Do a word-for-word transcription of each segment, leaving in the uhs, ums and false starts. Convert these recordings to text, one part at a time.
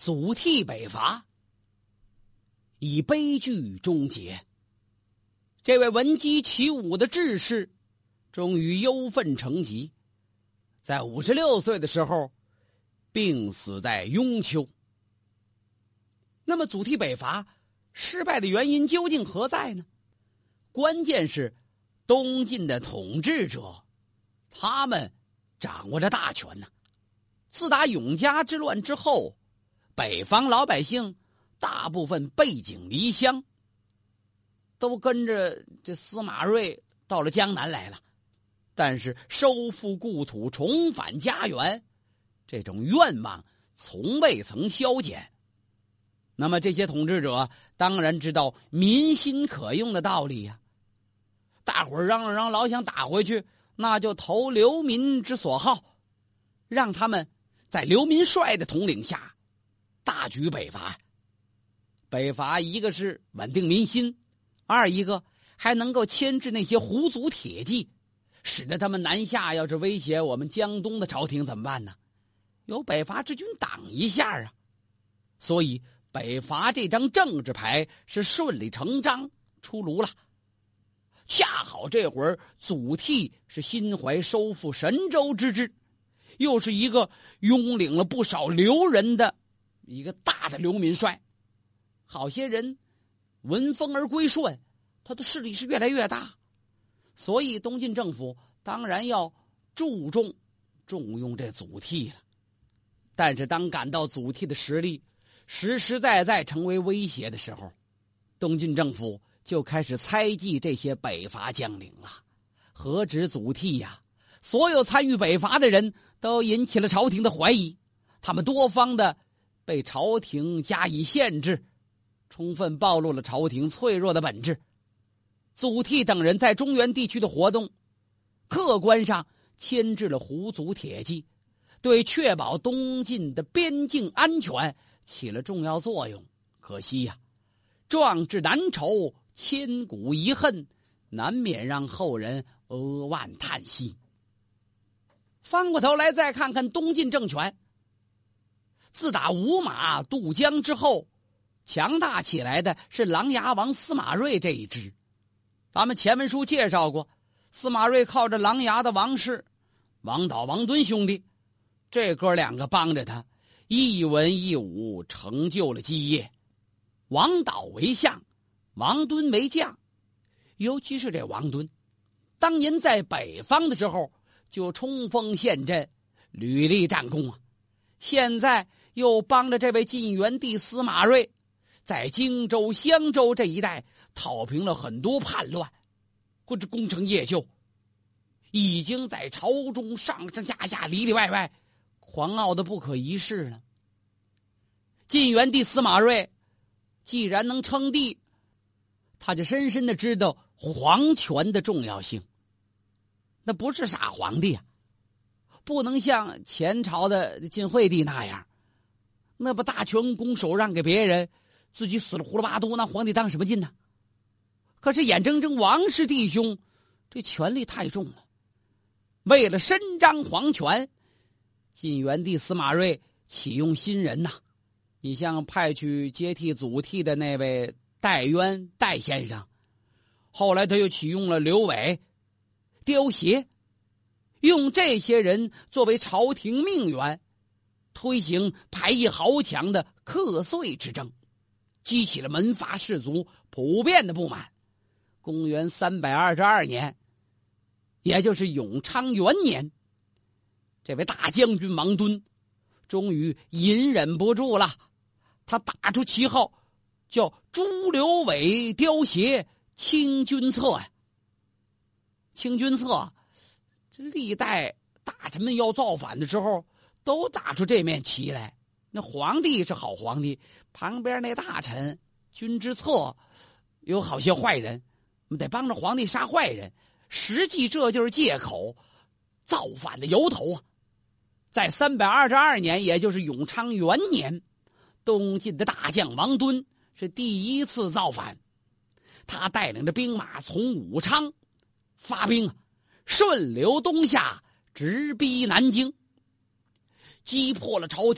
祖逖北伐以悲剧终结。这位闻鸡起舞的志士终于忧愤成疾，在五十六岁的时候病死在雍丘。那么祖逖北伐失败的原因究竟何在呢？关键是东晋的统治者，他们掌握着大权呢。自打永嘉之乱之后，北方老百姓大部分背井离乡，都跟着这司马睿到了江南来了。但是收复故土、重返家园，这种愿望从未曾消减。那么这些统治者当然知道民心可用的道理呀、啊。大伙儿嚷嚷嚷老想打回去，那就投流民之所好，让他们在刘民帅的统领下大举北伐。北伐一个是稳定民心，二一个还能够牵制那些胡族铁骑，使得他们南下。要是威胁我们江东的朝廷怎么办呢？有北伐之军挡一下啊。所以北伐这张政治牌是顺理成章出炉了。恰好这会儿祖逖是心怀收复神州之志，又是一个拥领了不少流人的一个大的流民帅，好些人闻风而归顺，他的势力是越来越大。所以东晋政府当然要注重重用这祖逖了。但是当感到祖逖的实力实实在在成为威胁的时候，东晋政府就开始猜忌这些北伐将领了。何止祖逖呀，所有参与北伐的人都引起了朝廷的怀疑，他们多方的被朝廷加以限制，充分暴露了朝廷脆弱的本质。祖逖等人在中原地区的活动，客观上牵制了胡族铁骑，对确保东晋的边境安全起了重要作用。可惜呀、啊，壮志难酬，千古遗恨，难免让后人扼腕叹息。翻过头来再看看东晋政权，自打吴马渡江之后，强大起来的是琅琊王司马睿这一支。咱们前文书介绍过，司马睿靠着琅琊的王氏、王导、王敦兄弟，这哥两个帮着他，一文一武成就了基业。王导为相，王敦为将。尤其是这王敦，当年在北方的时候就冲锋陷阵，屡立战功啊。现在又帮着这位晋元帝司马睿，在荆州、襄州这一带讨平了很多叛乱，或者攻城夜救，已经在朝中上上下下里里外外狂傲的不可一世了。晋元帝司马睿既然能称帝，他就深深的知道皇权的重要性。那不是傻皇帝啊，不能像前朝的晋惠帝那样，那把大权拱手让给别人，自己死了胡了八嘟，那皇帝当什么劲呢？可是眼睁睁王氏弟兄这权力太重了，为了伸张皇权，晋元帝司马睿启用新人呐。你像派去接替祖逖的那位戴渊戴先生，后来他又启用了刘伟、刁协，用这些人作为朝廷命员，推行排异豪强的克岁之争，激起了门阀士族普遍的不满。公元三百二十二年，也就是永昌元年，这位大将军王敦终于隐忍不住了，他打出旗号叫朱刘伟刁协清君侧呀。清君侧，这历代大臣们要造反的时候都打出这面旗来。那皇帝是好皇帝，旁边那大臣君之侧有好些坏人，我们得帮着皇帝杀坏人，实际这就是借口，造反的由头啊。在三百二十二年，也就是永昌元年，东晋的大将王敦是第一次造反。他带领着兵马从武昌发兵，顺流东下，直逼南京，击破了朝廷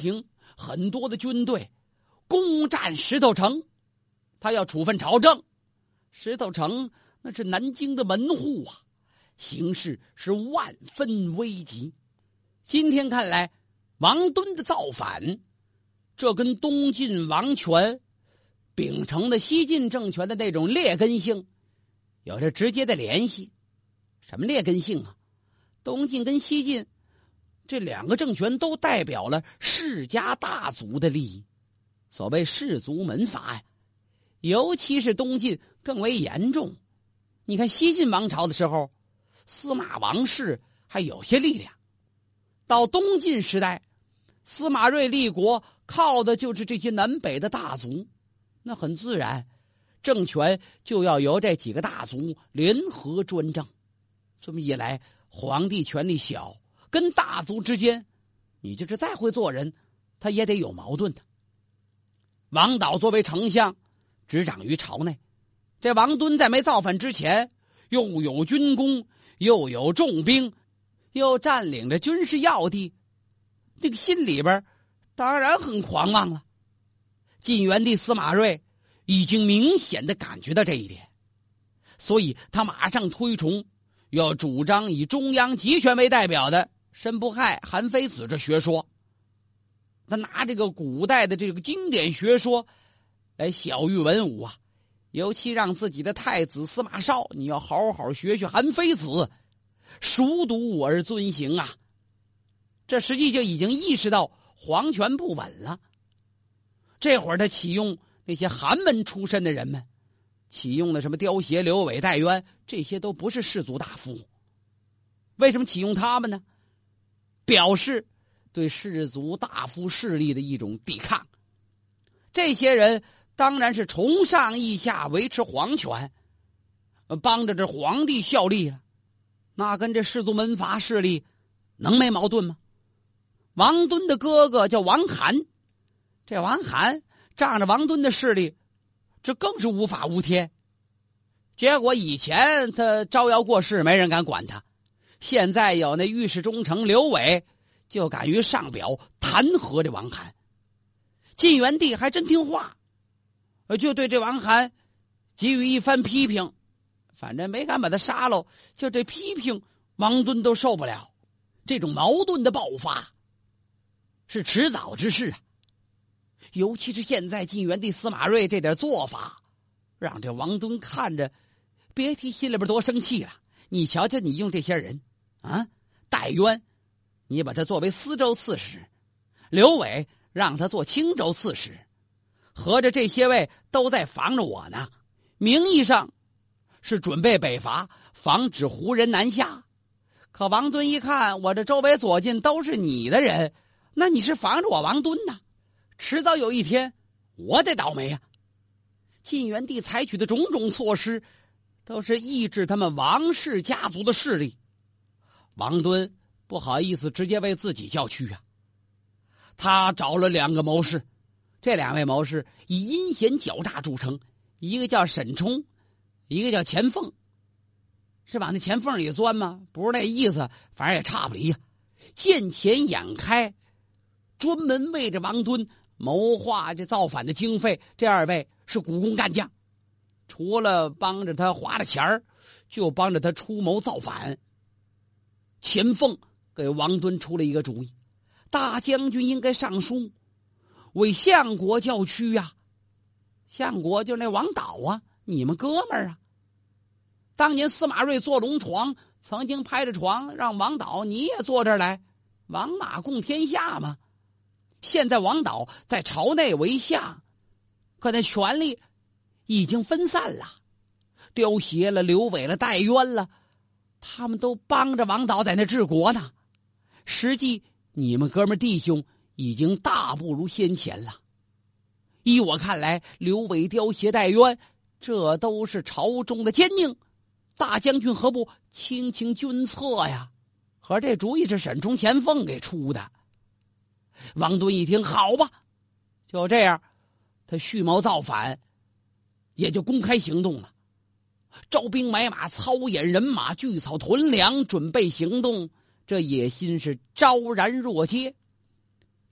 很多的军队攻占石头城，他要处分朝政。石头城那是南京的门户啊，形势是万分危急。今天看来，王敦的造反，这跟东晋王权秉承的西晋政权的那种劣根性有着直接的联系。什么劣根性啊？东晋跟西晋这两个政权都代表了世家大族的利益，所谓氏族门阀呀，尤其是东晋更为严重。你看西晋王朝的时候，司马王室还有些力量，到东晋时代，司马睿立国靠的就是这些南北的大族，那很自然，政权就要由这几个大族联合专政。这么一来，皇帝权力小，跟大族之间，你就是再会做人，他也得有矛盾的。王导作为丞相，执掌于朝内，这王敦在没造反之前，又有军功，又有重兵，又占领着军事要地，这个心里边当然很狂妄了。晋元帝司马睿已经明显的感觉到这一点，所以他马上推崇要主张以中央集权为代表的申不害、韩非子这学说。他拿这个古代的这个经典学说来晓谕文武啊，尤其让自己的太子司马绍，你要好好学学韩非子，熟读而遵行啊。这实际就已经意识到皇权不稳了。这会儿他启用那些寒门出身的人们，启用的什么刁协、刘伟、戴渊，这些都不是士族大夫。为什么启用他们呢？表示对士族大夫势力的一种抵抗。这些人当然是崇尚意下，维持皇权，帮着这皇帝效力了，那跟这士族门阀势力能没矛盾吗？王敦的哥哥叫王涵，这王涵仗着王敦的势力，这更是无法无天。结果以前他招摇过市，没人敢管他，现在有那御史中丞刘伟就敢于上表弹劾这王涵。晋元帝还真听话，就对这王涵给予一番批评，反正没敢把他杀了，就这批评王敦都受不了。这种矛盾的爆发是迟早之事啊。尤其是现在晋元帝司马睿这点做法，让这王敦看着别提心里边多生气了。你瞧瞧，你用这些人啊，戴渊你把他作为司州刺史，刘伟让他做青州刺史，合着这些位都在防着我呢，名义上是准备北伐，防止胡人南下。可王敦一看，我这周围左近都是你的人，那你是防着我王敦呢，迟早有一天我得倒霉啊。晋元帝采取的种种措施都是抑制他们王氏家族的势力。王敦不好意思直接为自己叫屈啊，他找了两个谋士，这两位谋士以阴险狡诈著称，一个叫沈冲，一个叫钱凤。是往那钱缝里钻吗？不是那意思，反正也差不离呀。见钱眼开，专门为着王敦谋划这造反的经费。这二位是股肱干将，除了帮着他花了钱儿，就帮着他出谋造反。钱凤给王敦出了一个主意，大将军应该上书为相国叫屈呀、啊。相国就那王导啊，你们哥们儿啊。当年司马睿坐龙床，曾经拍着床让王导你也坐这儿来，王马共天下嘛。现在王导在朝内为相，可那权力已经分散了，刁协了、刘伟了、戴渊了，他们都帮着王导在那治国呢。实际你们哥们弟兄已经大不如先前了。依我看来，刘伟、刁协、戴渊这都是朝中的奸佞，大将军何不倾倾军策呀？可这主意是沈冲、钱凤给出的。王敦一听，好吧，就这样，他蓄谋造反，也就公开行动了，招兵买马，操演人马，聚草屯粮，准备行动。这野心是昭然若揭。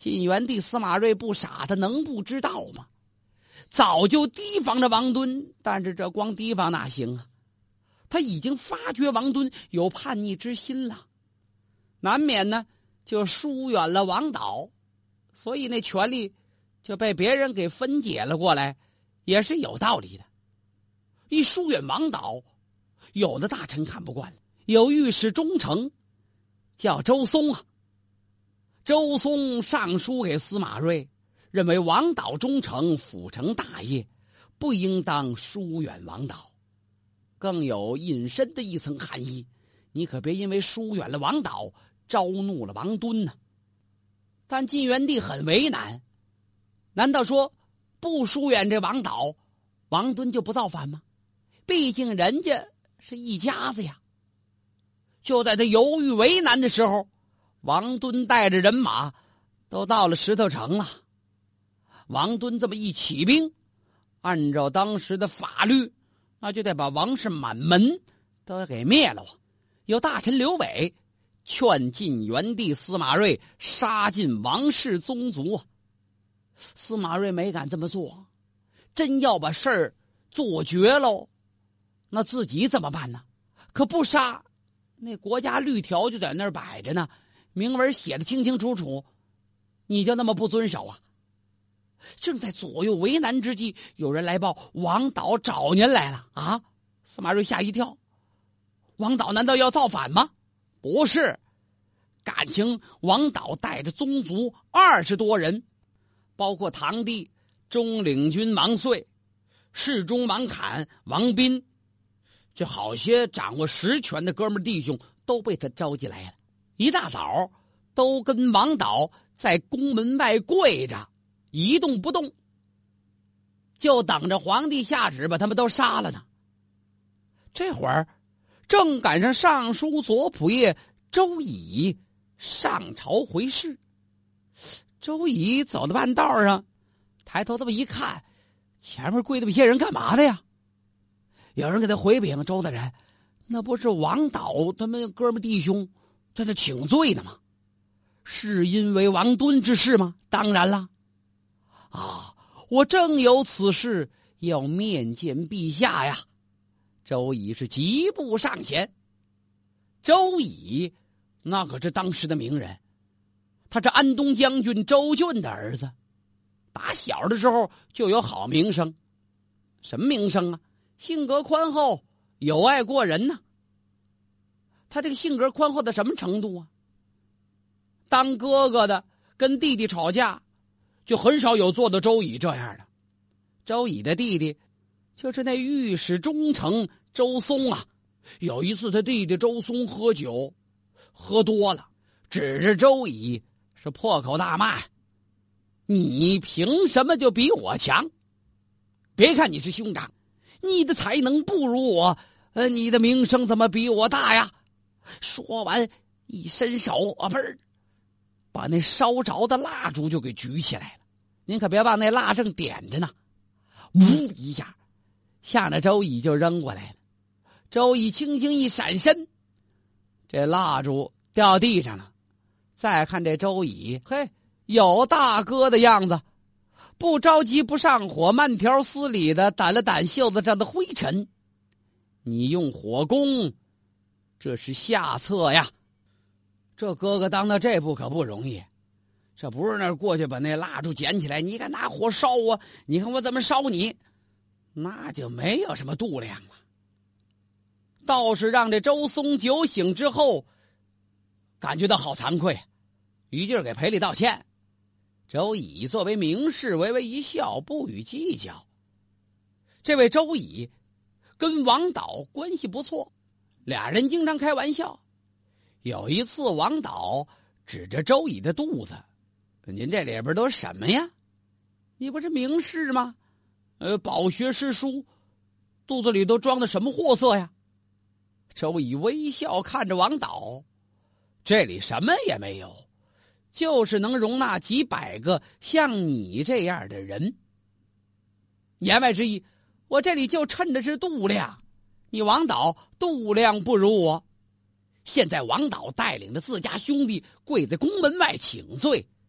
晋元帝司马睿不傻，他能不知道吗？早就提防着王敦，但是这光提防哪行啊？他已经发觉王敦有叛逆之心了，难免呢就疏远了王导，所以那权力就被别人给分解了过来，也是有道理的。一疏远王导，有的大臣看不惯了，有御史中丞叫周松啊。周松上书给司马睿，认为王导忠诚，辅成大业，不应当疏远王导。更有引申的一层含义，你可别因为疏远了王导，招怒了王敦呢。但晋元帝很为难，难道说不疏远这王导，王敦就不造反吗？毕竟人家是一家子呀。就在他犹豫为难的时候，王敦带着人马都到了石头城了。王敦这么一起兵，按照当时的法律，那就得把王氏满门都给灭了。有大臣刘伟劝晋元帝司马睿杀尽王氏宗族啊。司马睿没敢这么做，真要把事儿做绝喽，那自己怎么办呢？可不杀，那国家律条就在那儿摆着呢，明文写的清清楚楚，你就那么不遵守啊？正在左右为难之际，有人来报王导找您来了啊！司马睿吓一跳，王导难道要造反吗？不是，感情王导带着宗族二十多人，包括堂弟中领军王遂、侍中王侃、王斌，这好些掌握实权的哥们弟兄都被他召集来了。一大早都跟王导在宫门外跪着，一动不动，就等着皇帝下旨把他们都杀了呢。这会儿正赶上尚书左仆射周乙上朝回事。周乙走到半道上，抬头这么一看，前面跪那么些人干嘛的呀？有人给他回禀，周大人，那不是王导他们哥们弟兄在这请罪呢吗？是因为王敦之事吗？当然了。啊，我正有此事要面见陛下呀。周乙是急步上前。周乙那可是当时的名人，他是安东将军周俊的儿子，打小的时候就有好名声。什么名声啊？性格宽厚，友爱过人呢。他这个性格宽厚到什么程度啊？当哥哥的跟弟弟吵架，就很少有做到周乙这样的。周乙的弟弟就是那御史中丞周松啊。有一次他弟弟周松喝酒喝多了，指着周乙是破口大骂，你凭什么就比我强？别看你是兄长，你的才能不如我，呃，你的名声怎么比我大呀？说完一伸手啊，砰，把那烧着的蜡烛就给举起来了。您可别忘那蜡正点着呢，呜一下向着周乙就扔过来了。周乙轻轻一闪身，这蜡烛掉地上了。再看这周乙，嘿，有大哥的样子，不着急不上火，慢条斯理的掸了掸袖子上的灰尘。你用火攻，这是下策呀。这哥哥当到这步可不容易，这不是那儿过去把那蜡烛捡起来，你敢拿火烧我？你看我怎么烧你？那就没有什么度量了。倒是让这周松酒醒之后感觉到好惭愧，一劲儿给赔礼道歉。周乙作为名士微微一笑，不予计较。这位周乙跟王导关系不错，俩人经常开玩笑。有一次王导指着周乙的肚子，您这里边都什么呀？你不是名士吗？呃，饱学诗书，肚子里都装的什么货色呀？周乙微笑看着王导，这里什么也没有，就是能容纳几百个像你这样的人。言外之意，我这里就趁的是度量，你王导度量不如我。现在王导带领着自家兄弟跪在宫门外请罪，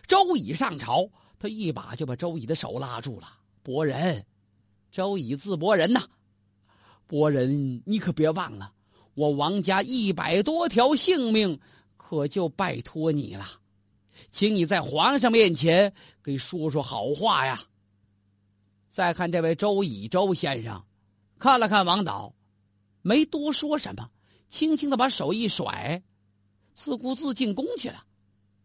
周乙上朝，他一把就把周乙的手拉住了。伯仁，周乙字伯仁呐，伯仁，你可别忘了，我王家一百多条性命，可就拜托你了，请你在皇上面前给说说好话呀。再看这位周乙周先生，看了看王导，没多说什么，轻轻的把手一甩，自顾自进宫去了。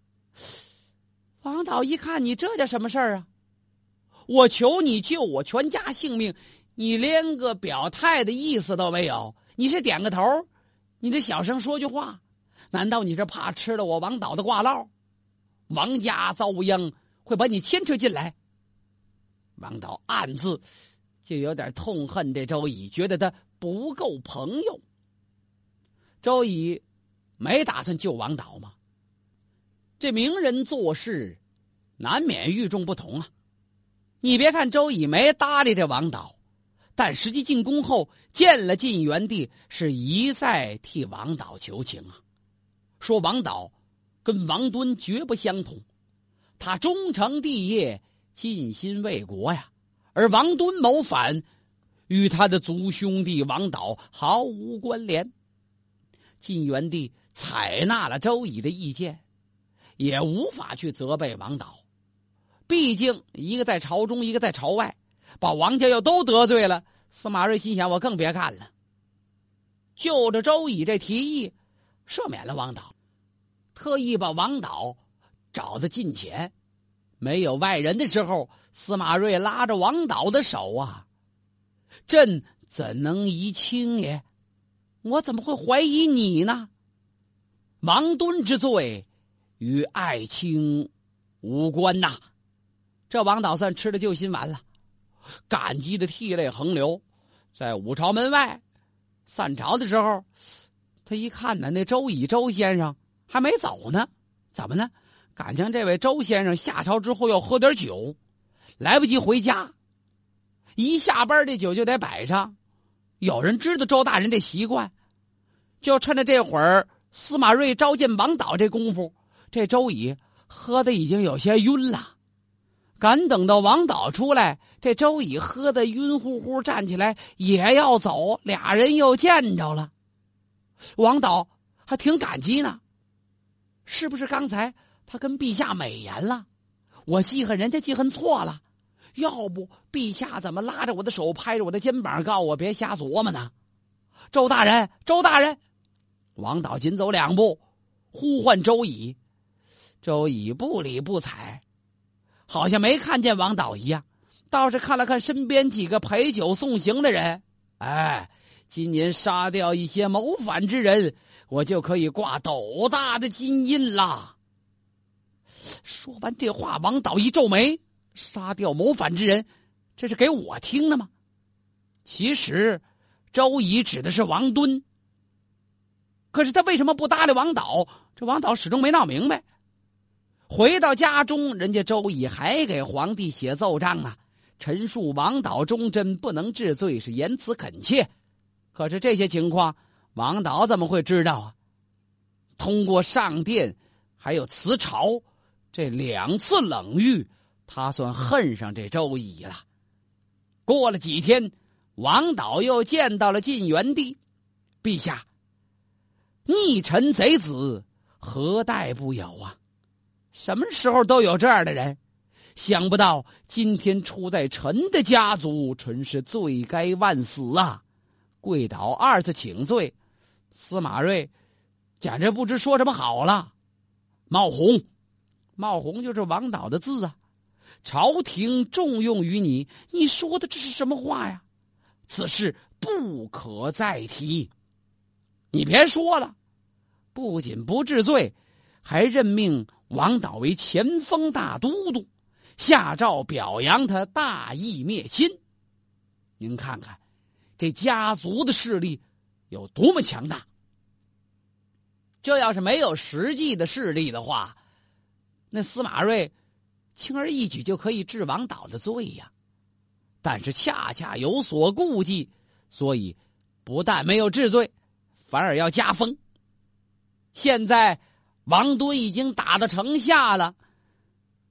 王导一看，你这叫什么事儿啊？我求你救我全家性命，你连个表态的意思都没有，你是点个头，你这小声说句话，难道你是怕吃了我王导的挂烙，王家遭殃会把你牵扯进来？王导暗自就有点痛恨这周乙，觉得他不够朋友。周乙没打算救王导吗？这名人做事难免与众不同啊。你别看周乙没搭理这王导，但实际进宫后见了晋元帝，是一再替王导求情啊，说王导跟王敦绝不相同，他忠诚帝业，尽心为国呀，而王敦谋反，与他的族兄弟王导毫无关联。晋元帝采纳了周乙的意见，也无法去责备王导，毕竟一个在朝中，一个在朝外，把王家又都得罪了。司马睿心想，我更别干了，就着周乙这提议赦免了王导，特意把王导找得近前，没有外人的时候，司马睿拉着王导的手啊，朕怎能疑轻也？我怎么会怀疑你呢？王敦之罪与爱卿无关呐。这王导算吃了救心丸了，感激的涕泪横流。在五朝门外散朝的时候，他一看呢，那周乙周先生还没走呢。怎么呢？感情这位周先生下朝之后要喝点酒，来不及回家，一下班这酒就得摆上。有人知道周大人的习惯，就趁着这会儿司马睿召见王导这功夫，这周乙喝的已经有些晕了。赶等到王导出来，这周乙喝的晕乎乎，站起来也要走，俩人又见着了。王导还挺感激呢，是不是刚才他跟陛下美言了？我记恨人家记恨错了，要不陛下怎么拉着我的手，拍着我的肩膀，告我别瞎琢磨呢？周大人，周大人！王导紧走两步，呼唤周乙。周乙不理不睬，好像没看见王导一样，倒是看了看身边几个陪酒送行的人。哎，今年杀掉一些谋反之人，我就可以挂斗大的金印了。说完这话，王导一皱眉，杀掉谋反之人，这是给我听的吗？其实周乙指的是王敦，可是他为什么不搭理王导？这王导始终没闹明白。回到家中，人家周乙还给皇帝写奏章啊，陈述王导忠贞，不能治罪，是言辞恳切。可是这些情况王导怎么会知道啊？通过上殿还有辞朝这两次冷遇，他算恨上这周乙了。过了几天，王导又见到了晋元帝。陛下，逆臣贼子何待不有啊？什么时候都有这样的人，想不到今天出在臣的家族，臣是罪该万死啊！跪倒二次请罪。司马睿简直不知说什么好了。冒红，冒红就是王导的字啊。朝廷重用于你，你说的这是什么话呀？此事不可再提。你别说了，不仅不治罪，还任命王导为前锋大都督，下诏表扬他大义灭亲。您看看这家族的势力有多么强大。这要是没有实际的势力的话，那司马睿轻而易举就可以治王导的罪呀。但是恰恰有所顾忌，所以不但没有治罪，反而要加封。现在王敦已经打到城下了，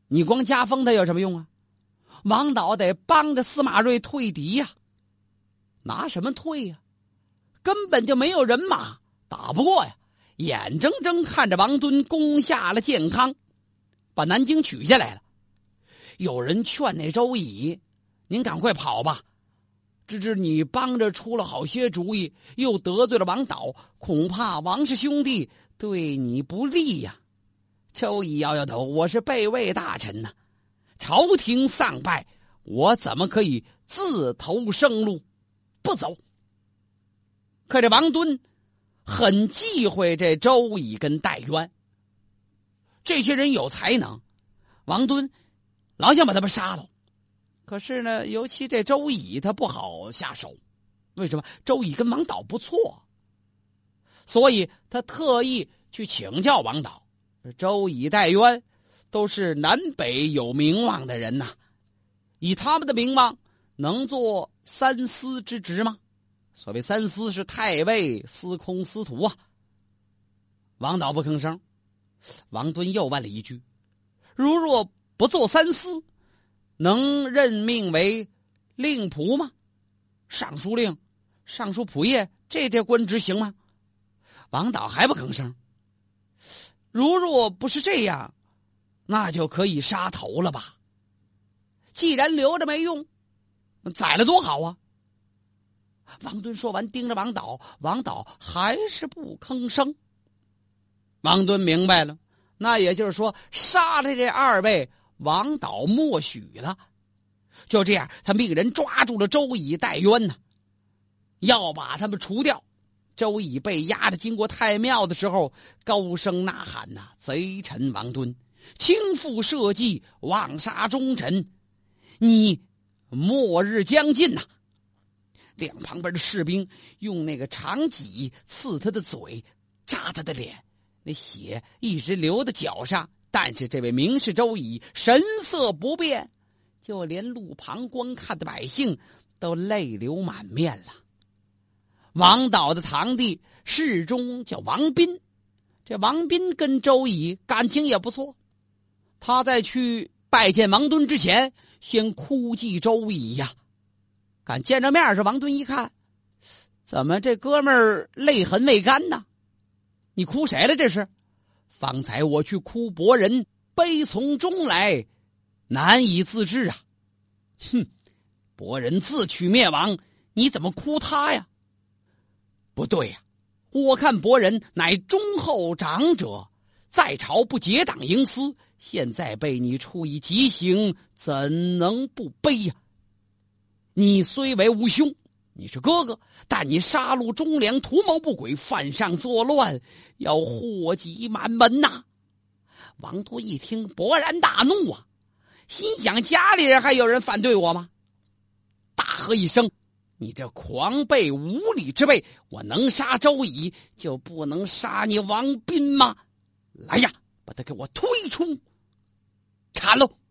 你光加封他有什么用啊？王导得帮着司马睿退敌呀、啊，拿什么退呀、啊？根本就没有人马，打不过呀！眼睁睁看着王敦攻下了建康，把南京取下来了。有人劝那周乙：“您赶快跑吧！芝芝，你帮着出了好些主意，又得罪了王导，恐怕王氏兄弟对你不利呀。”周乙摇摇头：“我是备位大臣呐、啊，朝廷丧败，我怎么可以自投生路？不走。”可这王敦很忌讳这周乙跟戴渊，这些人有才能，王敦老想把他们杀了。可是呢，尤其这周乙他不好下手，为什么？周乙跟王导不错，所以他特意去请教王导。周乙、戴渊都是南北有名望的人呐、啊，以他们的名望，能做三司之职吗？所谓三司是太尉、司空、司徒啊。王导不吭声。王敦又问了一句：“如若不做三司，能任命为令仆吗？尚书令、尚书仆射，这这官职行吗？”王导还不吭声。如若不是这样，那就可以杀头了吧？既然留着没用，宰了多好啊！王敦说完，盯着王导，王导还是不吭声。王敦明白了，那也就是说，杀了这二位，王导默许了。就这样，他命人抓住了周乙、戴渊呢，要把他们除掉。周乙被押着经过太庙的时候，高声呐喊呐、啊：“贼臣王敦，轻负社稷，妄杀忠臣，你末日将近呐、啊！”两旁边的士兵用那个长戟刺他的嘴，扎他的脸，那血一直流到脚上。但是这位名士周乙神色不变，就连路旁观看的百姓都泪流满面了。王导的堂弟侍中叫王斌，这王斌跟周乙感情也不错。他在去拜见王敦之前，先哭祭周乙呀。敢见着面时，王敦一看，怎么这哥们儿泪痕未干呢？你哭谁了这是？方才我去哭伯仁悲从中来，难以自制啊。哼，伯仁自取灭亡，你怎么哭他呀？不对呀、啊，我看伯仁乃忠厚长者，在朝不结党营私，现在被你处以极刑，怎能不悲呀、啊？你虽为无兄，你是哥哥，但你杀戮忠良，图谋不轨，犯上作乱，要祸及满门呐、啊！王敦一听，勃然大怒啊，心想家里人还有人反对我吗？大喝一声：“你这狂悖无礼之辈，我能杀周乙，就不能杀你王斌吗？来呀，把他给我推出砍喽！”